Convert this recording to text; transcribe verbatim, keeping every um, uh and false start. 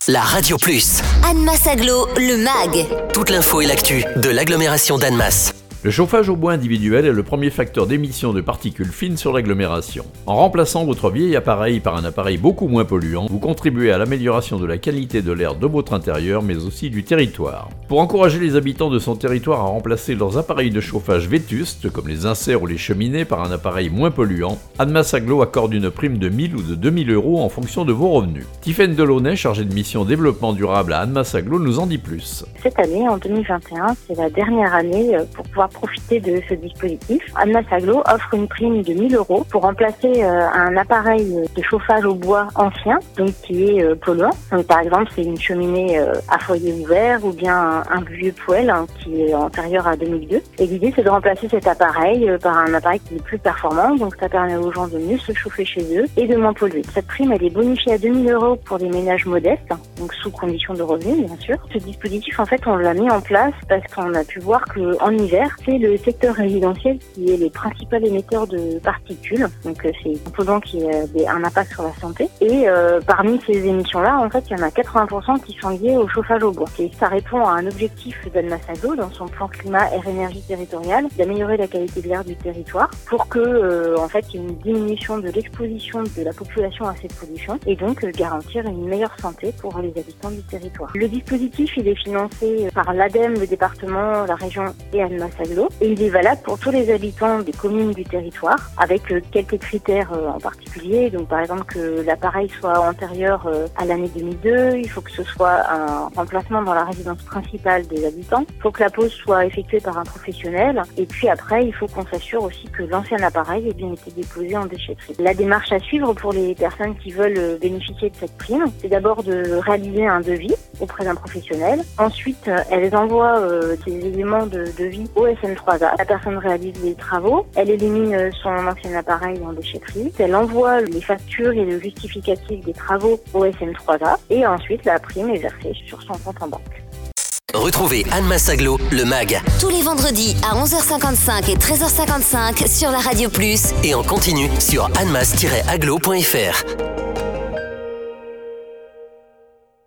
la Radio Plus. Annemasse Agglo, le mag. Toute l'info et l'actu de l'agglomération d'Annemasse. Le chauffage au bois individuel est le premier facteur d'émission de particules fines sur l'agglomération. En remplaçant votre vieil appareil par un appareil beaucoup moins polluant, vous contribuez à l'amélioration de la qualité de l'air de votre intérieur, mais aussi du territoire. Pour encourager les habitants de son territoire à remplacer leurs appareils de chauffage vétustes, comme les inserts ou les cheminées, par un appareil moins polluant, Annemasse Agglo accorde une prime de mille ou de deux mille euros en fonction de vos revenus. Tiffaine Delaunay, chargée de mission développement durable à Annemasse Agglo, nous en dit plus. Cette année, en deux mille vingt et un, c'est la dernière année pour pouvoir profiter de ce dispositif. Annemasse Agglo offre une prime de mille euros pour remplacer euh, un appareil de chauffage au bois ancien, donc qui est euh, polluant. Donc, par exemple, c'est une cheminée euh, à foyer ouvert ou bien un, un vieux poêle hein, qui est antérieur à deux mille deux. Et l'idée, c'est de remplacer cet appareil euh, par un appareil qui est plus performant. Donc, ça permet aux gens de mieux se chauffer chez eux et de moins polluer. Cette prime, elle est bonifiée à deux mille euros pour des ménages modestes, donc sous condition de revenus, bien sûr. Ce dispositif, en fait, on l'a mis en place parce qu'on a pu voir qu'en hiver, c'est le secteur résidentiel qui est le principal émetteur de particules. Donc euh, c'est un polluant qui a des, un impact sur la santé. Et euh, parmi ces émissions-là, en fait, il y en a quatre-vingts pour cent qui sont liées au chauffage au bois. Et ça répond à un objectif d'Annemasse Agglo dans son plan climat air énergie territorial, d'améliorer la qualité de l'air du territoire pour que, euh, en fait, il y ait une diminution de l'exposition de la population à cette pollution et donc euh, garantir une meilleure santé pour les habitants du territoire. Le dispositif, il est financé par l'ADEME, le département, la région et Annemasse Agglo. Et il est valable pour tous les habitants des communes du territoire, avec euh, quelques critères euh, en particulier. Donc, par exemple, que l'appareil soit antérieur euh, à l'année deux mille deux, il faut que ce soit un remplacement dans la résidence principale des habitants, il faut que la pose soit effectuée par un professionnel, et puis après, il faut qu'on s'assure aussi que l'ancien appareil ait bien été déposé en déchetterie. La démarche à suivre pour les personnes qui veulent bénéficier de cette prime, c'est d'abord de réaliser un devis auprès d'un professionnel. Ensuite, elles envoient euh, des éléments de devis au S M trois A. La personne réalise les travaux, elle élimine son ancien appareil en déchetterie, elle envoie les factures et le justificatif des travaux au S M trois A et ensuite la prime est versée sur son compte en banque. Retrouvez Annemasse Agglo, le mag. Tous les vendredis à onze heures cinquante-cinq et treize heures cinquante-cinq sur la Radio Plus. Et en continu sur annemasse tiret agglo point f r.